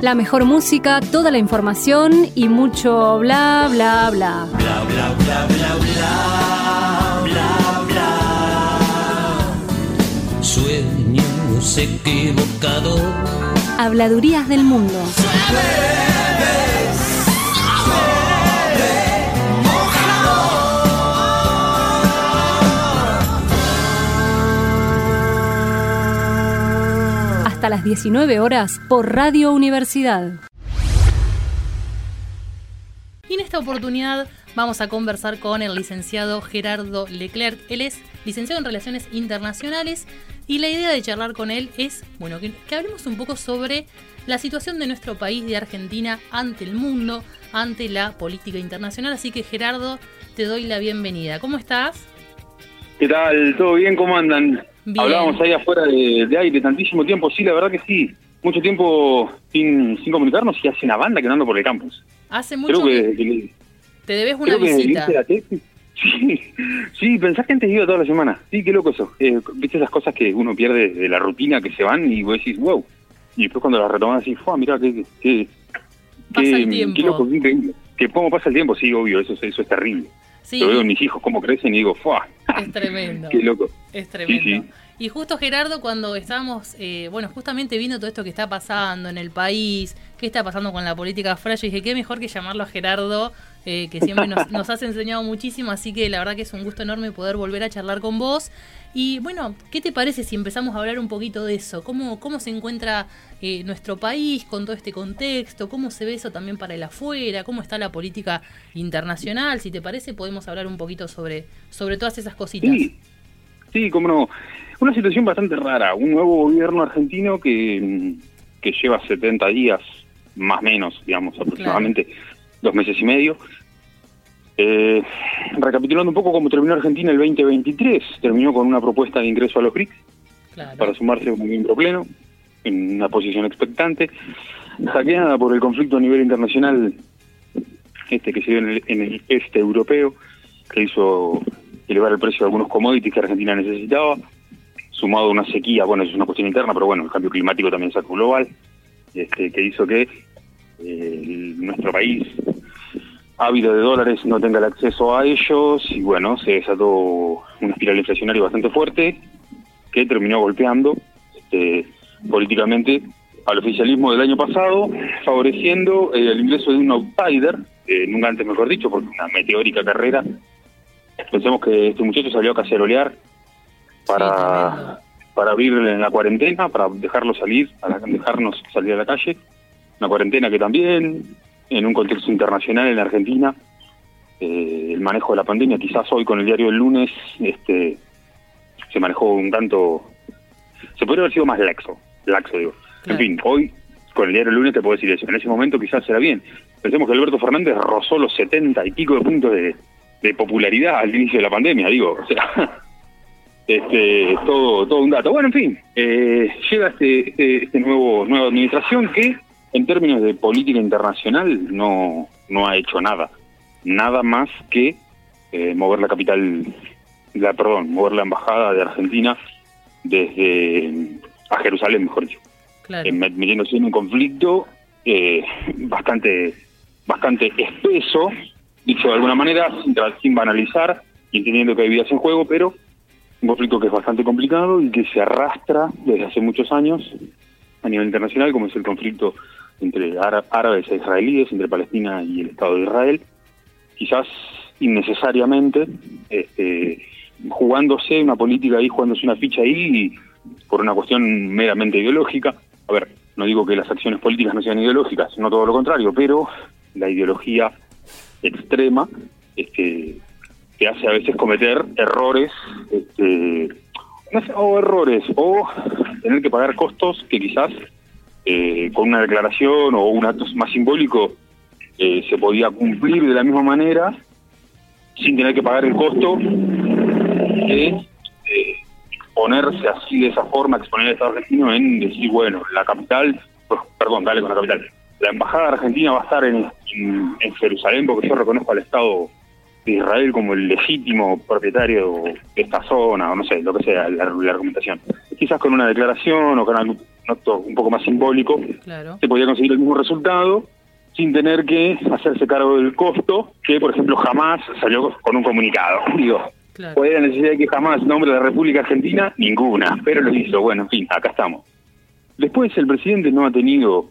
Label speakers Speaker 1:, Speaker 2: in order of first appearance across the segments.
Speaker 1: La mejor música, toda la información y mucho bla, bla, bla.
Speaker 2: Bla, bla, bla, bla, bla, bla, bla. Sueños equivocados.
Speaker 1: Habladurías del mundo. Hasta las 19 horas por Radio Universidad.
Speaker 3: Y en esta oportunidad vamos a conversar con el licenciado Gerardo Leclerc. Él es licenciado en Relaciones Internacionales y la idea de charlar con él es, bueno, que hablemos un poco sobre la situación de nuestro país, de Argentina, ante el mundo, ante la política internacional. Así que, Gerardo, te doy la bienvenida. ¿Cómo estás?
Speaker 4: ¿Qué tal? ¿Todo bien? ¿Cómo andan?
Speaker 3: Bien.
Speaker 4: Hablábamos ahí afuera de aire tantísimo tiempo. Sí, la verdad que sí. Mucho tiempo sin comunicarnos y hace una banda que ando por el campus.
Speaker 3: Hace mucho que te debes una visita.
Speaker 4: Sí, pensás que antes iba toda la semana. Sí, qué loco eso. Viste esas cosas que uno pierde de la rutina, que se van y vos decís, wow. Y después cuando las retomás decís, mirá,
Speaker 3: pasa el tiempo.
Speaker 4: Qué loco, qué increíble. Que cómo pasa el tiempo, sí, obvio, eso es terrible.
Speaker 3: Sí.
Speaker 4: Lo veo en mis hijos, cómo crecen y digo, ¡fua!
Speaker 3: Es tremendo.
Speaker 4: Qué loco.
Speaker 3: Es tremendo.
Speaker 4: Sí.
Speaker 3: Y justo, Gerardo, cuando estábamos, justamente viendo todo esto que está pasando en el país, qué está pasando con la política afuera, yo dije, qué mejor que llamarlo a Gerardo, que siempre nos has enseñado muchísimo, así que la verdad que es un gusto enorme poder volver a charlar con vos. Y bueno, ¿qué te parece si empezamos a hablar un poquito de eso? ¿Cómo se encuentra nuestro país con todo este contexto? ¿Cómo se ve eso también para el afuera? ¿Cómo está la política internacional? Si te parece, podemos hablar un poquito sobre todas esas cositas.
Speaker 4: Sí, cómo no. Una situación bastante rara. Un nuevo gobierno argentino que lleva 70 días, más o menos, digamos, aproximadamente 2 meses y medio. Recapitulando un poco cómo terminó Argentina el 2023, terminó con una propuesta de ingreso a los BRICS para sumarse como miembro pleno, en una posición expectante, hackeada por el conflicto a nivel internacional que se dio en el este europeo, que hizo elevar el precio de algunos commodities que Argentina necesitaba, sumado a una sequía, bueno, eso es una cuestión interna, pero bueno, el cambio climático también es algo global, que hizo que nuestro país, ávido de dólares, no tenga el acceso a ellos, y bueno, se desató una espiral inflacionaria bastante fuerte, que terminó golpeando políticamente al oficialismo del año pasado, favoreciendo el ingreso de un outsider, nunca antes mejor dicho, porque una meteórica carrera. Pensemos que este muchacho salió a cacerolear para abrir en la cuarentena, para dejarnos salir a la calle. Una cuarentena que también, en un contexto internacional en Argentina, el manejo de la pandemia, quizás hoy con el diario del lunes, se manejó un tanto, se podría haber sido más laxo digo. Claro. En fin, hoy con el diario del lunes te puedo decir eso. En ese momento quizás era bien. Pensemos que Alberto Fernández rozó los 70 y pico de puntos de popularidad al inicio de la pandemia, digo, o sea, todo un dato. Bueno, en fin, llega nueva administración que, en términos de política internacional, no ha hecho nada más que mover mover la embajada de Argentina a Jerusalén, mejor dicho, claro. Metiéndose en un conflicto bastante espeso, dicho de alguna manera, sin banalizar y entendiendo que hay vidas en juego, pero un conflicto que es bastante complicado y que se arrastra desde hace muchos años a nivel internacional, como es el conflicto entre árabes e israelíes, entre Palestina y el Estado de Israel, quizás innecesariamente, jugándose una política ahí, jugándose una ficha ahí, por una cuestión meramente ideológica. A ver, no digo que las acciones políticas no sean ideológicas, no todo lo contrario, pero la ideología extrema te hace a veces cometer errores, o tener que pagar costos que quizás con una declaración o un acto más simbólico se podía cumplir de la misma manera sin tener que pagar el costo de exponerse así de esa forma, exponer al Estado argentino en decir, bueno, la capital, dale con la capital. La embajada argentina va a estar en Jerusalén porque yo reconozco al Estado de Israel como el legítimo propietario de esta zona, o no sé, lo que sea, la argumentación. Quizás con una declaración o con algún acto un poco más simbólico,
Speaker 3: Claro.
Speaker 4: se podía conseguir el mismo resultado sin tener que hacerse cargo del costo que, por ejemplo, Hamás salió con un comunicado. Digo,
Speaker 3: Claro.
Speaker 4: ¿cuál era la necesidad de que Hamás nombre a la República Argentina? Ninguna, pero lo hizo. Bueno, en fin, acá estamos. Después el presidente no ha tenido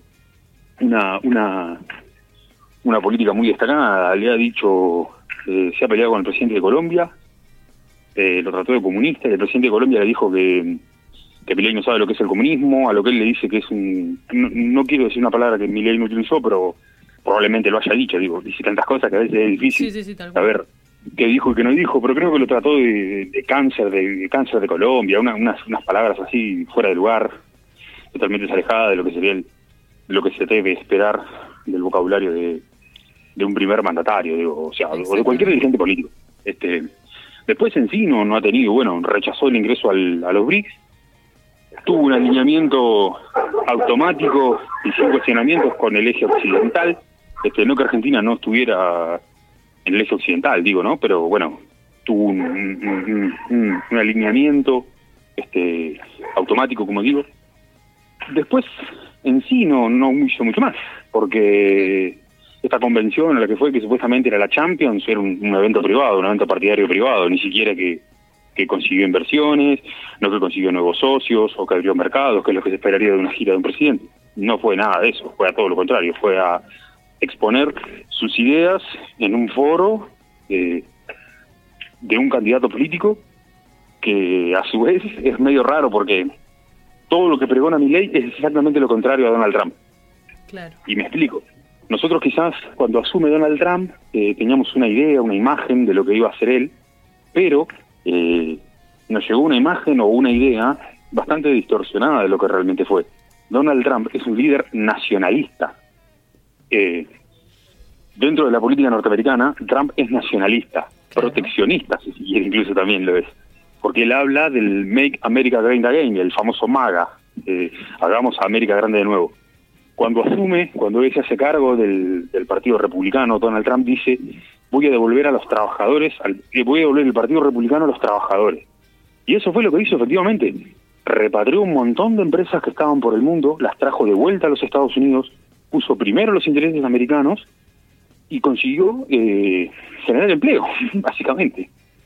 Speaker 4: una política muy destacada. Le ha dicho, se ha peleado con el presidente de Colombia, lo trató de comunista, y el presidente de Colombia le dijo que Milei no sabe lo que es el comunismo, a lo que él le dice que es un... No quiero decir una palabra que Milei no utilizó, pero probablemente lo haya dicho. Digo, dice tantas cosas que a veces es difícil
Speaker 3: tal cual.
Speaker 4: saber qué dijo y qué no dijo, pero creo que lo trató de cáncer de Colombia, unas palabras así fuera de lugar, totalmente alejadas de lo que sería lo que se debe esperar del vocabulario de un primer mandatario, digo, o sea, o de cualquier dirigente político. Después en sí no ha tenido, bueno, rechazó el ingreso a los BRICS, tuvo un alineamiento automático y sin cuestionamientos con el eje occidental, no que Argentina no estuviera en el eje occidental, digo, ¿no? Pero bueno, tuvo un alineamiento automático, como digo. Después, en sí, no hizo mucho más, porque esta convención a la que fue, que supuestamente era la Champions, era un evento privado, un evento partidario privado, ni siquiera que consiguió inversiones, no que consiguió nuevos socios o que abrió mercados, que es lo que se esperaría de una gira de un presidente. No fue nada de eso, fue a todo lo contrario, fue a exponer sus ideas en un foro de un candidato político que a su vez es medio raro porque todo lo que pregona Milei es exactamente lo contrario a Donald Trump.
Speaker 3: Claro.
Speaker 4: Y me explico. Nosotros quizás cuando asume Donald Trump teníamos una idea, una imagen de lo que iba a hacer él, pero nos llegó una imagen o una idea bastante distorsionada de lo que realmente fue. Donald Trump es un líder nacionalista. Dentro de la política norteamericana, Trump es nacionalista, proteccionista, si quiere, incluso también lo es. Porque él habla del Make America Great Again, el famoso MAGA, hagamos a América grande de nuevo. Cuando él se hace cargo del Partido Republicano, Donald Trump dice, voy a devolver a los trabajadores, voy a devolver el Partido Republicano a los trabajadores. Y eso fue lo que hizo efectivamente. Repatrió un montón de empresas que estaban por el mundo, las trajo de vuelta a los Estados Unidos, puso primero los intereses americanos y consiguió generar empleo, básicamente.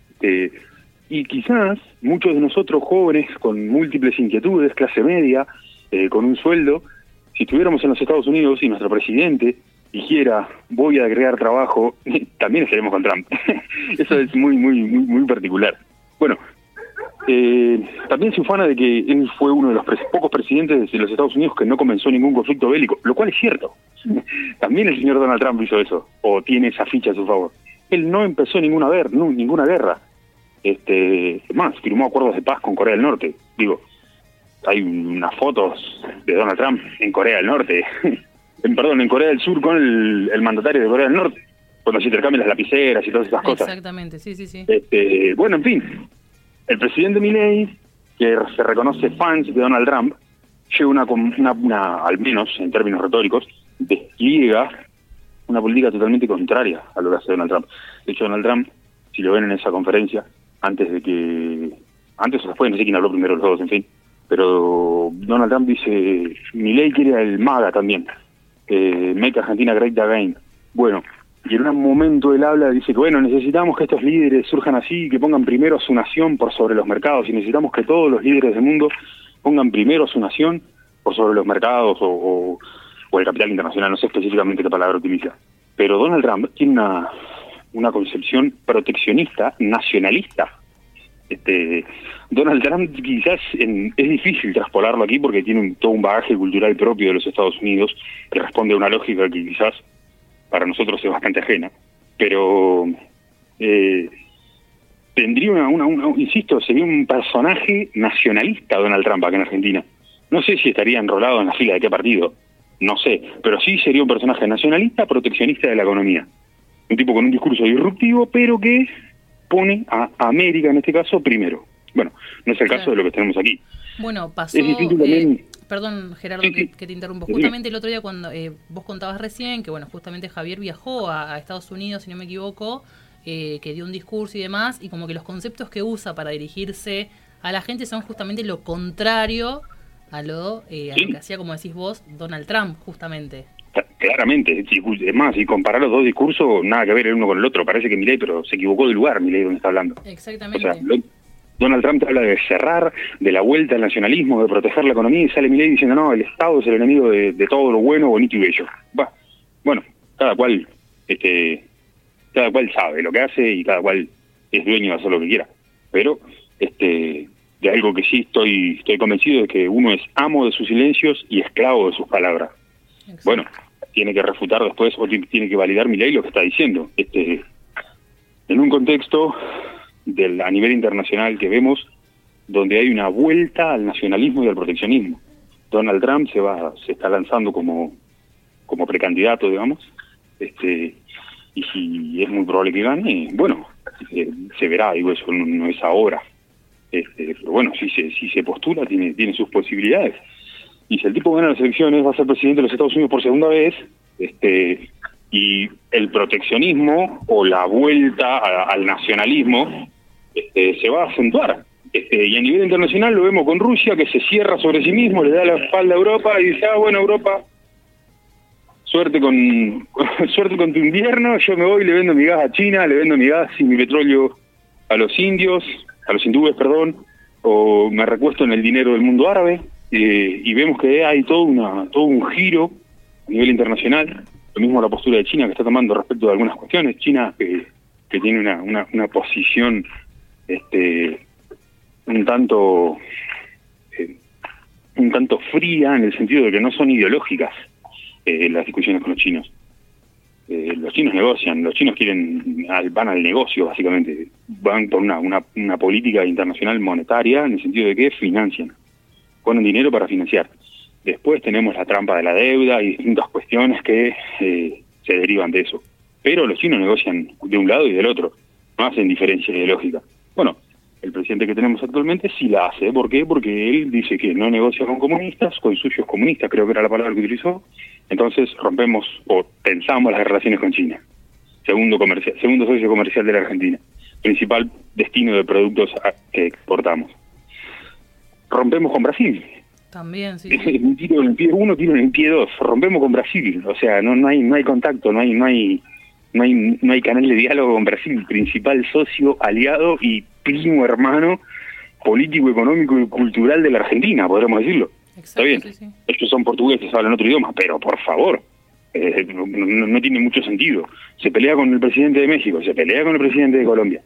Speaker 4: Y quizás muchos de nosotros jóvenes con múltiples inquietudes, clase media, con un sueldo, si estuviéramos en los Estados Unidos y nuestro presidente dijera voy a crear trabajo, también estaríamos con Trump. Eso es muy particular. Bueno, también se ufana de que él fue uno de los pocos presidentes de los Estados Unidos que no comenzó ningún conflicto bélico, lo cual es cierto. También el señor Donald Trump hizo eso, o tiene esa ficha a su favor. Él no empezó ninguna guerra. Más, firmó acuerdos de paz con Corea del Norte. Digo, hay unas fotos de Donald Trump en Corea del Norte, en Corea del Sur con el mandatario de Corea del Norte, cuando se intercambian las lapiceras y todas esas cosas.
Speaker 3: Exactamente, sí.
Speaker 4: Bueno, en fin, el presidente Milei, que se reconoce fans de Donald Trump, lleva una al menos en términos retóricos, despliega una política totalmente contraria a lo que hace Donald Trump. De hecho, Donald Trump, si lo ven en esa conferencia, antes o después, no sé quién habló primero, los dos, en fin, pero Donald Trump dice, Milei quiere el MAGA también, Make Argentina Great Again. Bueno, y en un momento él dice que bueno, necesitamos que estos líderes surjan así, que pongan primero a su nación por sobre los mercados, y necesitamos que todos los líderes del mundo pongan primero a su nación por sobre los mercados o el capital internacional, no sé específicamente qué palabra utiliza. Pero Donald Trump tiene una concepción proteccionista, nacionalista. Donald Trump quizás es difícil traspolarlo aquí porque tiene todo un bagaje cultural propio de los Estados Unidos que responde a una lógica que quizás para nosotros es bastante ajena, pero tendría insisto, sería un personaje nacionalista Donald Trump acá en Argentina. No sé si estaría enrolado en la fila de qué partido, no sé, pero sí sería un personaje nacionalista, proteccionista de la economía. Un tipo con un discurso disruptivo, pero que pone a América, en este caso, primero. Bueno, no es el caso de lo que tenemos aquí.
Speaker 3: Bueno, pasó...
Speaker 4: Es difícil también...
Speaker 3: Perdón, Gerardo,
Speaker 4: sí.
Speaker 3: que te interrumpo. Justamente el otro día cuando vos contabas recién que, bueno, justamente Javier viajó a Estados Unidos, si no me equivoco, que dio un discurso y demás, y como que los conceptos que usa para dirigirse a la gente son justamente lo contrario a lo que hacía, como decís vos, Donald Trump, justamente.
Speaker 4: Claramente, es más, si comparar los dos discursos, nada que ver el uno con el otro. Parece que Milei, pero se equivocó del lugar, Milei, donde está hablando.
Speaker 3: Exactamente.
Speaker 4: O sea, Donald Trump te habla de cerrar, de la vuelta al nacionalismo, de proteger la economía, y sale Milei diciendo, no, el Estado es el enemigo de todo lo bueno, bonito y bello. Bueno, cada cual sabe lo que hace y cada cual es dueño de hacer lo que quiera. Pero de algo que sí estoy convencido de que uno es amo de sus silencios y esclavo de sus palabras. Exacto. Bueno, tiene que refutar después o tiene que validar Milei lo que está diciendo. En un contexto a nivel internacional que vemos donde hay una vuelta al nacionalismo y al proteccionismo. Donald Trump se está lanzando como precandidato, digamos, y si es muy probable que gane, bueno, se verá, digo, eso no es ahora. Pero bueno, si se postula, tiene sus posibilidades. Y si el tipo gana las elecciones, va a ser presidente de los Estados Unidos por segunda vez, y el proteccionismo o la vuelta al nacionalismo se va a acentuar. Y a nivel internacional lo vemos con Rusia, que se cierra sobre sí mismo, le da la espalda a Europa y dice, bueno, Europa, suerte con tu invierno, yo me voy y le vendo mi gas a China, le vendo mi gas y mi petróleo a los hindúes, o me recuesto en el dinero del mundo árabe, y vemos que hay todo un giro a nivel internacional. Lo mismo la postura de China que está tomando respecto de algunas cuestiones. China que tiene una posición un tanto fría, en el sentido de que no son ideológicas las discusiones con los chinos. Los chinos negocian, los chinos van al negocio, básicamente. Van por una política internacional monetaria, en el sentido de que financian, ponen dinero para financiar. Después tenemos la trampa de la deuda y distintas cuestiones que se derivan de eso. Pero los chinos negocian de un lado y del otro, no hacen diferencia ideológica. Bueno, el presidente que tenemos actualmente sí la hace. ¿Por qué? Porque él dice que no negocia con comunistas, con suyos comunistas, creo que era la palabra que utilizó. Entonces rompemos o tensamos las relaciones con China. Segundo socio comercial de la Argentina. Principal destino de productos que exportamos. Rompemos con Brasil.
Speaker 3: También, sí.
Speaker 4: Un tiro en el pie 1, tiro en el pie 2. Rompemos con Brasil. O sea, no hay contacto, no hay canal de diálogo con Brasil. Principal socio, aliado y primo hermano político, económico y cultural de la Argentina, podríamos decirlo. Exacto, está bien. Sí. Ellos son portugueses, hablan otro idioma, pero por favor, no tiene mucho sentido. Se pelea con el presidente de México, se pelea con el presidente de Colombia.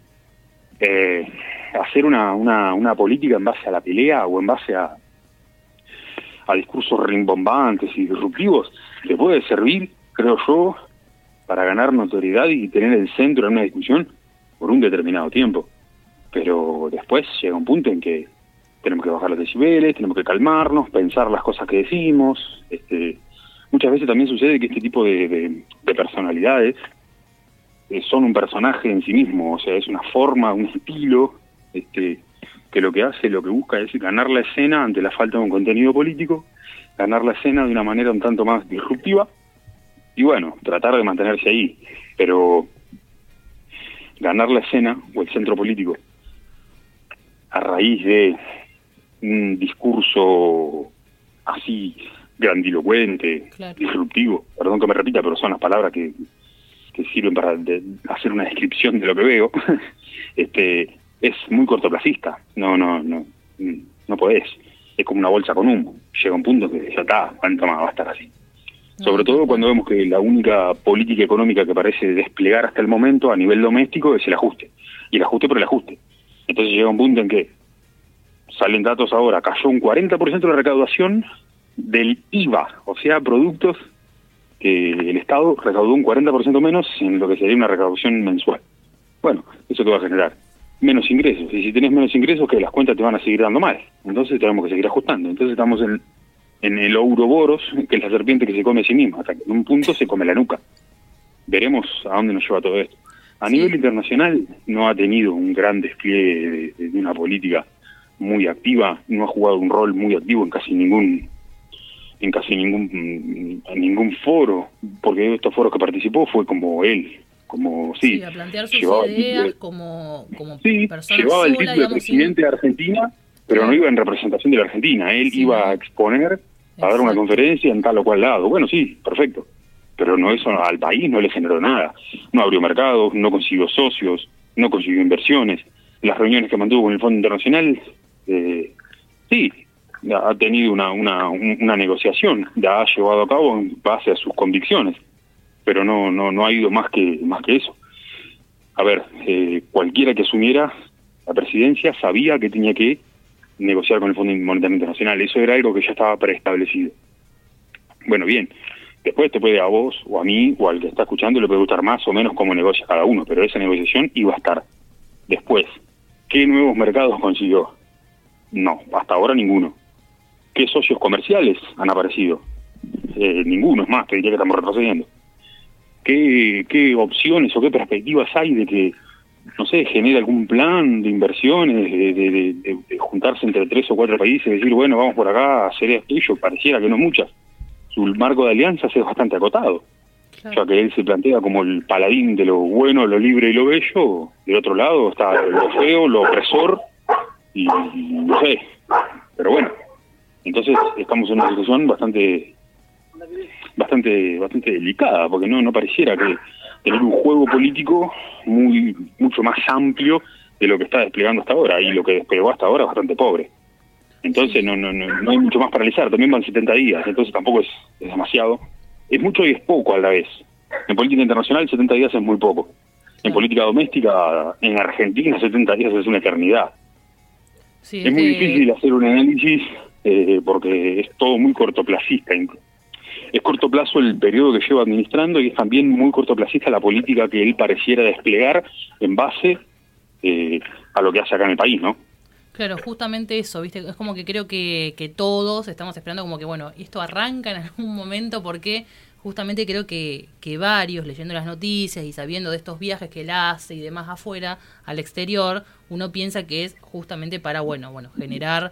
Speaker 4: Hacer una política en base a la pelea o en base a discursos rimbombantes y disruptivos le puede servir, creo yo, para ganar notoriedad y tener el centro en una discusión por un determinado tiempo. Pero después llega un punto en que tenemos que bajar los decibeles, tenemos que calmarnos, pensar las cosas que decimos. Muchas veces también sucede que este tipo de personalidades son un personaje en sí mismo, o sea, es una forma, un estilo, que lo que busca es ganar la escena ante la falta de un contenido político, ganar la escena de una manera un tanto más disruptiva, y bueno, tratar de mantenerse ahí, pero ganar la escena o el centro político a raíz de un discurso así grandilocuente, claro, disruptivo, perdón que me repita, pero son las palabras que sirven para hacer una descripción de lo que veo, es muy cortoplacista, no podés, es como una bolsa con humo, llega un punto que ya está, ¿cuánto más va a estar así? Sobre todo cuando vemos que la única política económica que parece desplegar hasta el momento a nivel doméstico es el ajuste, y el ajuste por el ajuste. Entonces llega un punto en que salen datos ahora, cayó un 40% de la recaudación del IVA, o sea, productos que el Estado recaudó un 40% menos en lo que sería una recaudación mensual. Bueno, ¿eso qué va a generar? Menos ingresos, y si tenés menos ingresos, que las cuentas te van a seguir dando mal, entonces tenemos que seguir ajustando. Entonces estamos en el Ouroboros, que es la serpiente que se come a sí misma, hasta que en un punto se come la nuca. Veremos a dónde nos lleva todo esto. A nivel internacional no ha tenido un gran despliegue de una política muy activa, no ha jugado un rol muy activo en casi ningún foro, porque de estos foros que participó fue como él como
Speaker 3: Sí, a plantear sus ideas como persona
Speaker 4: llevaba el
Speaker 3: sola,
Speaker 4: título de
Speaker 3: digamos,
Speaker 4: presidente de Argentina, pero
Speaker 3: Claro.
Speaker 4: no iba en representación de la Argentina. Él
Speaker 3: Sí,
Speaker 4: iba
Speaker 3: no.
Speaker 4: a exponer, a dar una
Speaker 3: Exacto.
Speaker 4: conferencia en tal o cual lado. Bueno, sí, perfecto. Pero no, eso al país no le generó nada. No abrió mercados, no consiguió socios, no consiguió inversiones. Las reuniones que mantuvo con el Fondo Internacional, sí, ha tenido una negociación, la ha llevado a cabo en base a sus convicciones, pero no ha ido más que eso. A ver, cualquiera que asumiera la presidencia sabía que tenía que negociar con el Fondo Monetario Internacional. Eso era algo que ya estaba preestablecido. Bueno, bien, después te puede a vos o a mí o al que está escuchando le puede gustar más o menos cómo negocia cada uno, pero esa negociación iba a estar. Después, ¿qué nuevos mercados consiguió? No, hasta ahora ninguno. ¿Qué socios comerciales han aparecido? Ninguno, es más, te diría que estamos retrocediendo. ¿Qué opciones o qué perspectivas hay de que, no sé, genere algún plan de inversiones, de juntarse entre 3 o 4 países y decir, bueno, vamos por acá a hacer aquello? Pareciera que no muchas. Su marco de alianzas es bastante acotado.
Speaker 3: Claro.
Speaker 4: Ya que él se plantea como el paladín de lo bueno, lo libre y lo bello. Del otro lado está lo feo, lo opresor y no sé. Pero bueno, entonces estamos en una situación bastante delicada, porque no pareciera que tener un juego político mucho más amplio de lo que está desplegando hasta ahora, y lo que desplegó hasta ahora es bastante pobre. Entonces no hay mucho más para analizar. También van 70 días, entonces tampoco es demasiado. Es mucho y es poco a la vez. En política internacional 70 días es muy poco. En política doméstica, en Argentina 70 días es una eternidad.
Speaker 3: Sí,
Speaker 4: Es muy difícil hacer un análisis porque es todo muy cortoplacista. Es corto plazo el periodo que lleva administrando, y es también muy cortoplacista la política que él pareciera desplegar en base a lo que hace acá en el país, ¿no?
Speaker 3: Claro, justamente eso, ¿viste? Es como que creo que todos estamos esperando como que, bueno, esto arranca en algún momento, porque justamente creo que varios, leyendo las noticias y sabiendo de estos viajes que él hace y demás afuera, al exterior, uno piensa que es justamente para, bueno, generar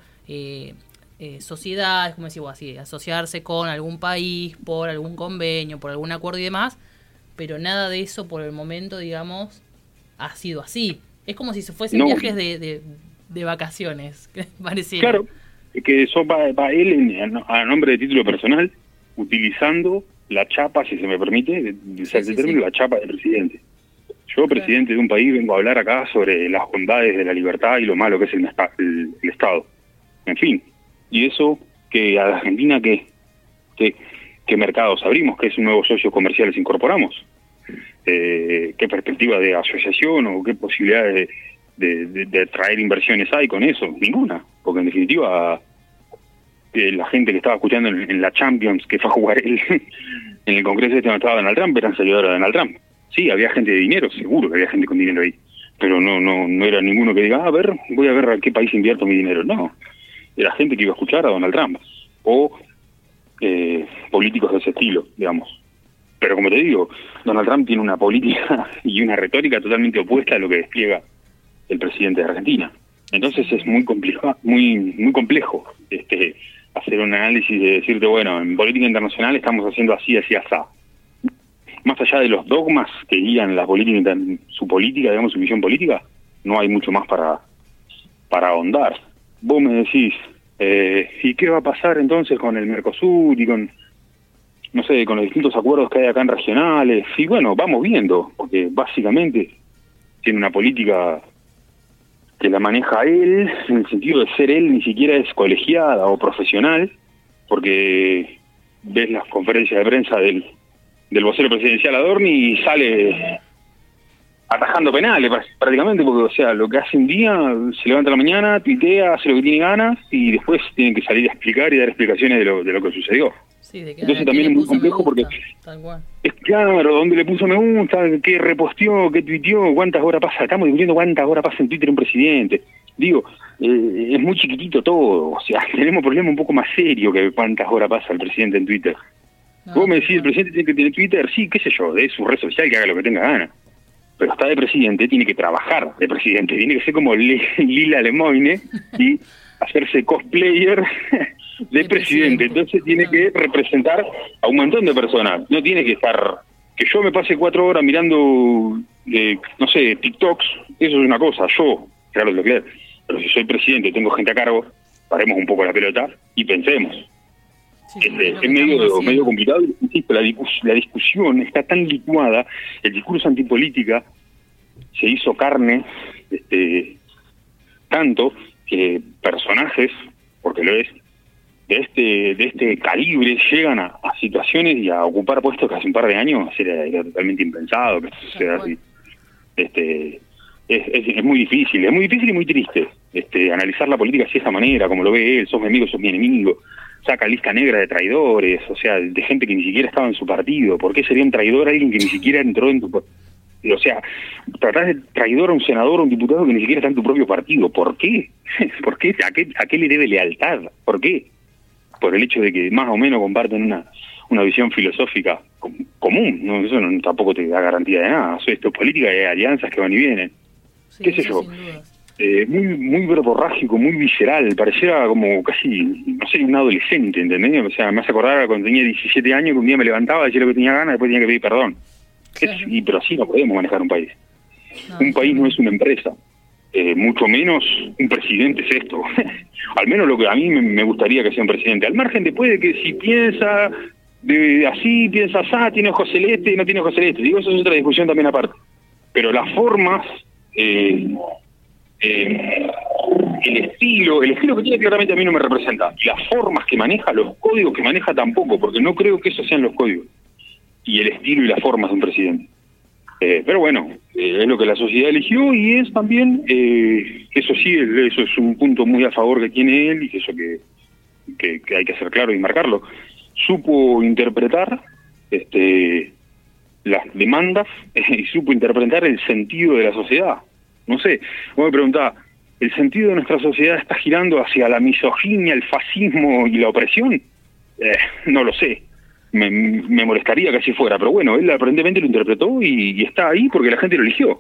Speaker 3: sociedades, como decimos así, asociarse con algún país por algún convenio, por algún acuerdo y demás, pero nada de eso por el momento, digamos, ha sido así. Es como si se fuesen viajes de vacaciones, pareciera.
Speaker 4: Claro, que eso va él a nombre de título personal, utilizando la chapa, si se me permite, la chapa del presidente. Yo, presidente de un país, vengo a hablar acá sobre las bondades de la libertad y lo malo que es el Estado. En fin, y eso, que a la Argentina, ¿qué mercados abrimos? ¿Qué nuevos socios comerciales incorporamos? ¿Qué perspectiva de asociación o qué posibilidades de traer inversiones hay con eso? Ninguna, porque en definitiva la gente que estaba escuchando en la Champions, que fue a jugar él en el Congreso donde estaba Donald Trump, eran seguidores de Donald Trump. Sí, había gente de dinero, seguro que había gente con dinero ahí, pero no era ninguno que diga, voy a ver a qué país invierto mi dinero. No, era gente que iba a escuchar a Donald Trump, o políticos de ese estilo, digamos. Pero como te digo, Donald Trump tiene una política y una retórica totalmente opuesta a lo que despliega el presidente de Argentina. Entonces es muy complejo, muy complejo hacer un análisis de decirte, bueno, en política internacional estamos haciendo así, así, asá. Más allá de los dogmas que guían la política, su política, digamos, su visión política, no hay mucho más para ahondar. Vos me decís, ¿y qué va a pasar entonces con el Mercosur y con los distintos acuerdos que hay acá en regionales? Y bueno, vamos viendo, porque básicamente tiene una política que la maneja él, en el sentido de ser él, ni siquiera es colegiada o profesional, porque ves las conferencias de prensa del vocero presidencial Adorni y sale atajando penales prácticamente, porque lo que hace un día, se levanta a la mañana, tuitea, hace lo que tiene ganas y después tiene que salir a explicar y dar explicaciones de lo que sucedió.
Speaker 3: Sí, de que
Speaker 4: entonces también es muy complejo porque
Speaker 3: tal cual.
Speaker 4: Es claro, dónde le puso me gusta, qué reposteó, qué tuiteó, cuántas horas pasa. Estamos discutiendo cuántas horas pasa en Twitter un presidente. Digo, es muy chiquitito todo. O sea, tenemos un problema un poco más serio que cuántas horas pasa el presidente en Twitter. Vos me decís, el presidente tiene que tener Twitter, sí, qué sé yo, de su red social, que haga lo que tenga ganas. Pero está de presidente, tiene que trabajar de presidente, tiene que ser como Lila Lemoine y hacerse cosplayer de presidente. Entonces tiene que representar a un montón de personas, no tiene que estar Que yo me pase 4 horas mirando, no sé, TikToks, eso es una cosa, yo, Carlos Leclerc. Pero si soy presidente y tengo gente a cargo, paremos un poco la pelota y pensemos.
Speaker 3: Sí,
Speaker 4: Es medio complicado, insisto, la discusión está tan licuada, el discurso antipolítica se hizo carne, tanto que personajes, porque lo es, de este calibre llegan a situaciones y a ocupar puestos que hace un par de años era totalmente impensado que esto suceda así. Es muy difícil y muy triste analizar la política así de esa manera, como lo ve él, sos mi amigo, sos mi enemigo, saca lista negra de traidores, o sea, de gente que ni siquiera estaba en su partido. ¿Por qué sería un traidor alguien que ni siquiera entró en tu partido? O sea, tratás de traidor a un senador o un diputado que ni siquiera está en tu propio partido. ¿Por qué? ¿Por qué? ¿A qué le debe lealtad? ¿Por qué? Por el hecho de que más o menos comparten una visión filosófica común, ¿no? Eso tampoco te da garantía de nada. Esto es política y hay alianzas que van y vienen.
Speaker 3: Sí,
Speaker 4: qué sé yo. Muy verborrágico, muy visceral, pareciera como casi, no sé, un adolescente, ¿entendés? O sea, me hace acordar cuando tenía 17 años que un día me levantaba, decía lo que tenía ganas, después tenía que pedir perdón. Claro. Pero así no podemos manejar un país. Un país no es una empresa, mucho menos un presidente es esto. Al menos lo que a mí me gustaría que sea un presidente. Al margen después de que si piensa así, piensa así, tiene ojos celestes, no tiene ojos celestes. Digo, eso es otra discusión también aparte. Pero las formas... el estilo que tiene claramente a mí no me representa, y las formas que maneja, los códigos que maneja tampoco, porque no creo que esos sean los códigos y el estilo y las formas de un presidente. Pero bueno, es lo que la sociedad eligió y es también, eso sí, eso es un punto muy a favor que tiene él y que eso que hay que hacer claro y marcarlo. Supo interpretar las demandas y supo interpretar el sentido de la sociedad. No sé, vos me preguntás, ¿el sentido de nuestra sociedad está girando hacia la misoginia, el fascismo y la opresión? No lo sé, me molestaría que así fuera, pero bueno, él aparentemente lo interpretó y está ahí porque la gente lo eligió.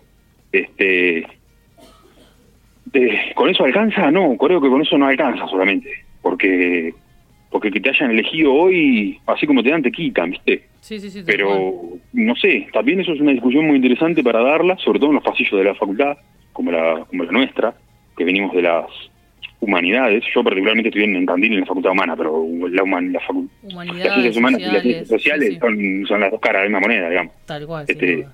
Speaker 4: ¿Con eso alcanza? No, creo que con eso no alcanza solamente, porque que te hayan elegido hoy, así como te dan, te quitan, ¿viste?
Speaker 3: Sí,
Speaker 4: pero, no sé, también eso es una discusión muy interesante para darla, sobre todo en los pasillos de la facultad, como la nuestra, que venimos de las humanidades. Yo particularmente estoy en Tandil en la Facultad Humana, pero las ciencias humanas y las ciencias sociales son las dos caras de una moneda, digamos.
Speaker 3: Tal cual,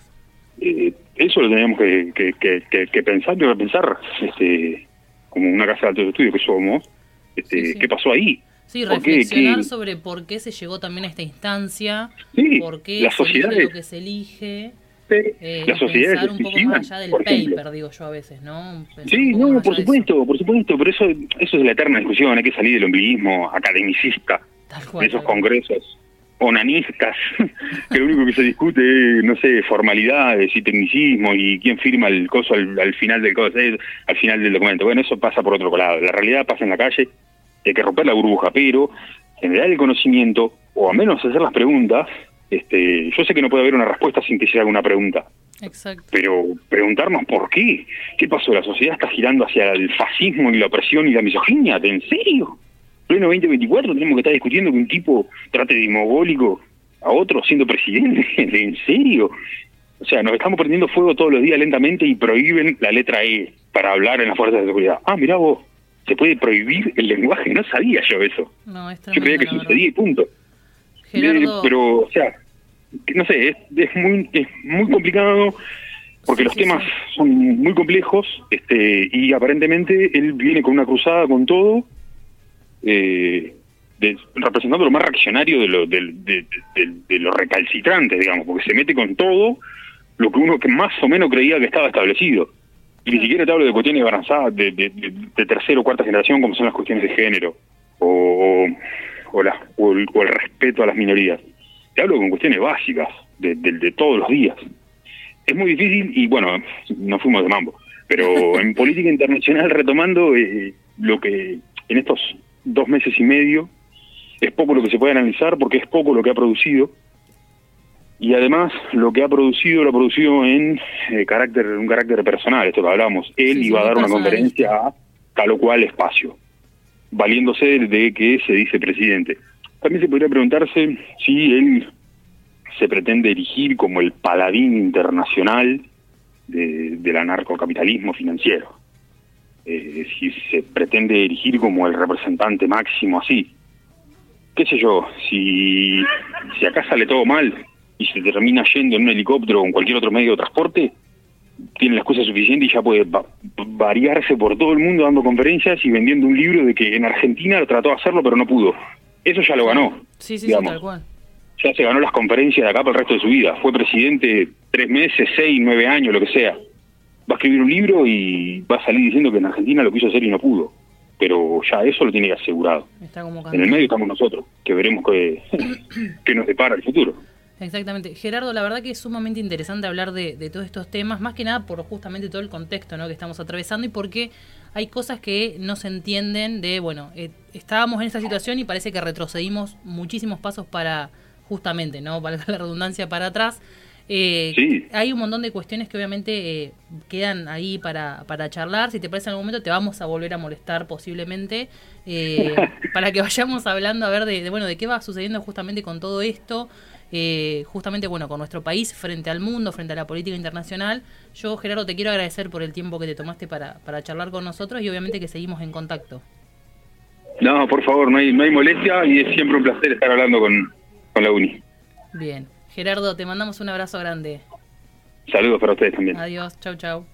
Speaker 4: eso lo tenemos que pensar y repensar, como una casa de altos estudios que somos, ¿qué pasó ahí?
Speaker 3: Sí, reflexionar sobre por qué se llegó también a esta instancia, por qué
Speaker 4: las sociedades,
Speaker 3: lo que se elige,
Speaker 4: las sociedades
Speaker 3: pensar un poco más allá del paper, digo yo a veces, ¿no?
Speaker 4: Sí, no, por supuesto, pero eso es la eterna discusión, hay que salir del ombliguismo academicista, de esos congresos onanistas, que lo único que se discute es, no sé, formalidades y tecnicismo y quién firma el coso al final del coso, al final del documento. Bueno, eso pasa por otro lado, la realidad pasa en la calle. Hay que romper la burbuja, pero generar el conocimiento, o al menos hacer las preguntas. Yo sé que no puede haber una respuesta sin que se haga una pregunta.
Speaker 3: Exacto.
Speaker 4: Pero preguntarnos por qué. ¿Qué pasó? ¿La sociedad está girando hacia el fascismo y la opresión y la misoginia? ¿En serio? Pleno 2024 tenemos que estar discutiendo que un tipo trate de mogólico a otro siendo presidente. ¿En serio? O sea, nos estamos prendiendo fuego todos los días lentamente y prohíben la letra E para hablar en las fuerzas de seguridad. Ah, mirá vos. Se puede prohibir el lenguaje, no sabía yo eso.
Speaker 3: No, es tremendo,
Speaker 4: yo creía que sucedía y punto.
Speaker 3: Gerardo...
Speaker 4: Pero, o sea, no sé, es muy complicado porque los temas son muy complejos y aparentemente él viene con una cruzada con todo, representando lo más reaccionario de lo recalcitrante, digamos, porque se mete con todo lo que uno que más o menos creía que estaba establecido. Y ni siquiera te hablo de cuestiones avanzadas de tercera o cuarta generación, como son las cuestiones de género o el respeto a las minorías. Te hablo con cuestiones básicas de todos los días. Es muy difícil y bueno, nos fuimos de mambo. Pero en política internacional, retomando lo que en estos 2 meses y medio es poco lo que se puede analizar porque es poco lo que ha producido. Y además, lo que ha producido, lo ha producido en un carácter personal, esto que hablamos. Él iba a dar una conferencia a tal o cual espacio, valiéndose de que se dice presidente. También se podría preguntarse si él se pretende erigir como el paladín internacional del anarcocapitalismo financiero. Si se pretende erigir como el representante máximo así, qué sé yo, si acá sale todo mal y se termina yendo en un helicóptero o en cualquier otro medio de transporte, tiene la excusa suficiente y ya puede variarse por todo el mundo dando conferencias y vendiendo un libro de que en Argentina trató de hacerlo pero no pudo. Eso ya lo ganó.
Speaker 3: Sí,
Speaker 4: digamos.
Speaker 3: tal cual.
Speaker 4: Ya se ganó las conferencias de acá para el resto de su vida. Fue presidente 3 meses, 6, 9 años, lo que sea. Va a escribir un libro y va a salir diciendo que en Argentina lo quiso hacer y no pudo. Pero ya eso lo tiene que asegurado.
Speaker 3: Está como
Speaker 4: en el medio estamos nosotros, que veremos qué nos depara el futuro.
Speaker 3: Exactamente. Gerardo, la verdad que es sumamente interesante hablar de todos estos temas, más que nada por justamente todo el contexto, ¿no?, que estamos atravesando y porque hay cosas que no se entienden estábamos en esta situación y parece que retrocedimos muchísimos pasos para, justamente, ¿no?, valga la redundancia, para atrás.
Speaker 4: Sí.
Speaker 3: Hay un montón de cuestiones que obviamente quedan ahí para charlar. Si te parece, en algún momento te vamos a volver a molestar posiblemente para que vayamos hablando a ver de qué va sucediendo justamente con todo esto, justamente con nuestro país frente al mundo, frente a la política internacional. Yo, Gerardo, te quiero agradecer por el tiempo que te tomaste para charlar con nosotros y obviamente que seguimos en contacto.
Speaker 4: No, por favor, no hay molestia y es siempre un placer estar hablando con la UNI.
Speaker 3: Bien. Gerardo, te mandamos un abrazo grande.
Speaker 4: Saludos para ustedes también.
Speaker 3: Adiós, chau.
Speaker 4: Chau.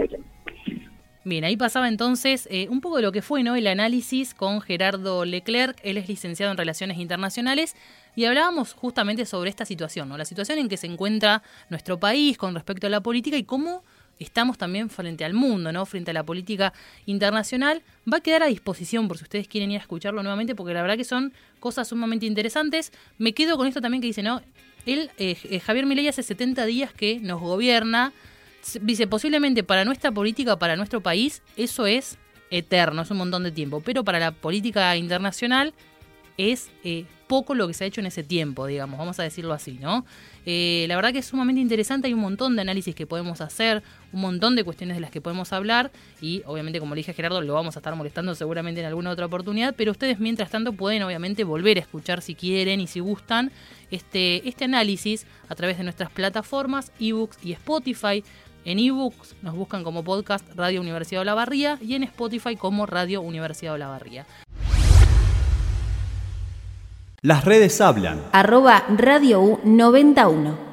Speaker 3: Bien, ahí pasaba entonces un poco de lo que fue, ¿no?, el análisis con Gerardo Leclerc. Él es licenciado en Relaciones Internacionales y hablábamos justamente sobre esta situación, ¿no?, la situación en que se encuentra nuestro país con respecto a la política y cómo estamos también frente al mundo, ¿no?, frente a la política internacional. Va a quedar a disposición por si ustedes quieren ir a escucharlo nuevamente, porque la verdad que son cosas sumamente interesantes. Me quedo con esto también que dice, ¿no?, Javier Milei hace 70 días que nos gobierna. Dice, posiblemente para nuestra política, para nuestro país, eso es eterno, es un montón de tiempo. Pero para la política internacional es poco lo que se ha hecho en ese tiempo, digamos, vamos a decirlo así, ¿no? La verdad que es sumamente interesante, hay un montón de análisis que podemos hacer, un montón de cuestiones de las que podemos hablar y obviamente, como le dije a Gerardo, lo vamos a estar molestando seguramente en alguna otra oportunidad, pero ustedes mientras tanto pueden obviamente volver a escuchar si quieren y si gustan este análisis a través de nuestras plataformas, ebooks y Spotify. En ebooks nos buscan como podcast Radio Universidad de Olavarría y en Spotify como Radio Universidad de Olavarría.
Speaker 5: Las redes hablan.
Speaker 6: @Radio U91.